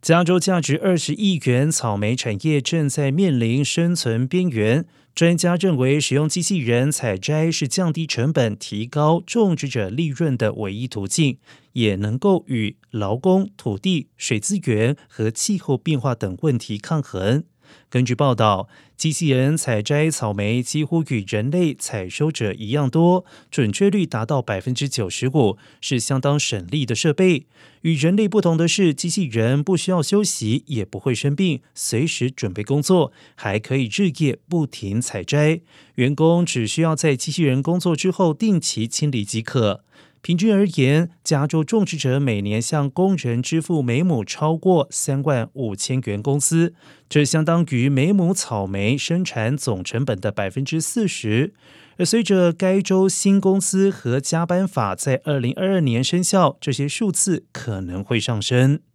加州价值20亿元草莓产业正在面临生存边缘。专家认为，使用机器人采摘是降低成本、提高种植者利润的唯一途径，也能够与劳工、土地、水资源和气候变化等问题抗衡。根据报道，机器人采摘草莓几乎与人类采收者一样多，准确率达到95%，是相当省力的设备。与人类不同的是，机器人不需要休息，也不会生病，随时准备工作，还可以日夜不停采摘。员工只需要在机器人工作之后定期清理即可。平均而言，加州种植者每年向工人支付每亩超过35000元工资，这相当于每亩草莓生产总成本的40%。而随着该州新工资和加班法在2022年生效，这些数字可能会上升。